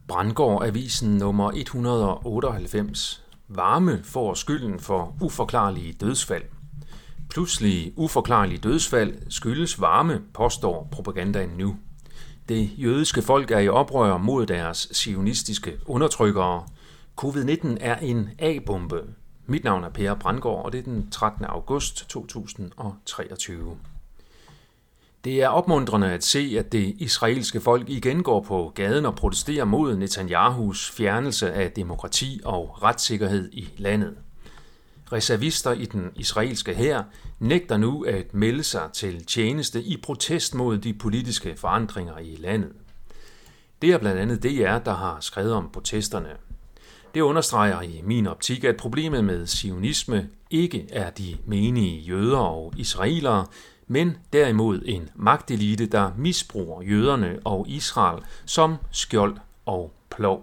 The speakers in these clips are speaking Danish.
Brandgård Avisen nummer 198. Varme får skylden for uforklarlige dødsfald. Pludselig uforklarlige dødsfald skyldes varme, påstår propagandaen nu. Det jødiske folk er i oprør mod deres zionistiske undertrykkere. Covid-19 er en A-bombe. Mit navn er Per Brandgård, og det er den 13. august 2023. Det er opmuntrende at se, at det israelske folk igen går på gaden og protesterer mod Netanyahus fjernelse af demokrati og retssikkerhed i landet. Reservister i den israelske hær nægter nu at melde sig til tjeneste i protest mod de politiske forandringer i landet. Det er blandt andet DR, der har skrevet om protesterne. Det understreger i min optik, at problemet med zionisme ikke er de menige jøder og israelere, men derimod en magtelite, der misbruger jøderne og Israel som skjold og plov.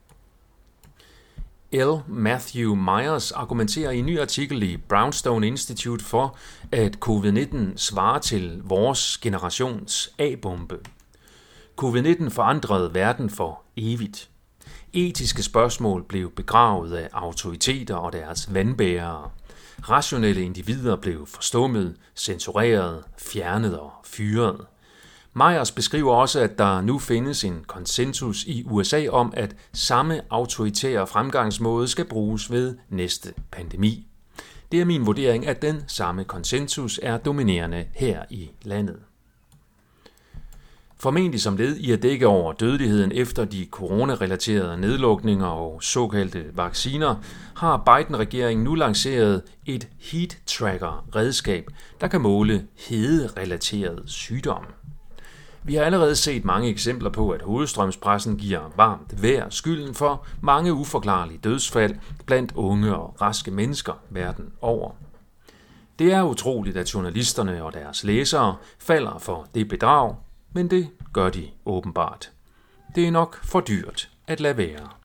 L. Matthew Myers argumenterer i en ny artikel i Brownstone Institute for, at covid-19 svarer til vores generations A-bombe. Covid-19 forandrede verden for evigt. Etiske spørgsmål blev begravet af autoriteter og deres vandbærere. Rationelle individer blev forstummet, censureret, fjernet og fyret. Myers beskriver også, at der nu findes en konsensus i USA om, at samme autoritære fremgangsmåde skal bruges ved næste pandemi. Det er min vurdering, at den samme konsensus er dominerende her i landet. Formentlig som led i at dække over dødeligheden efter de coronarelaterede nedlukninger og såkaldte vacciner, har Biden-regeringen nu lanceret et heat tracker-redskab, der kan måle hede-relaterede sygdomme. Vi har allerede set mange eksempler på, at hovedstrømspressen giver varmt vejr skylden for mange uforklarlige dødsfald blandt unge og raske mennesker verden over. Det er utroligt, at journalisterne og deres læsere falder for det bedrag, men det gør de åbenbart. Det er nok for dyrt at lade være.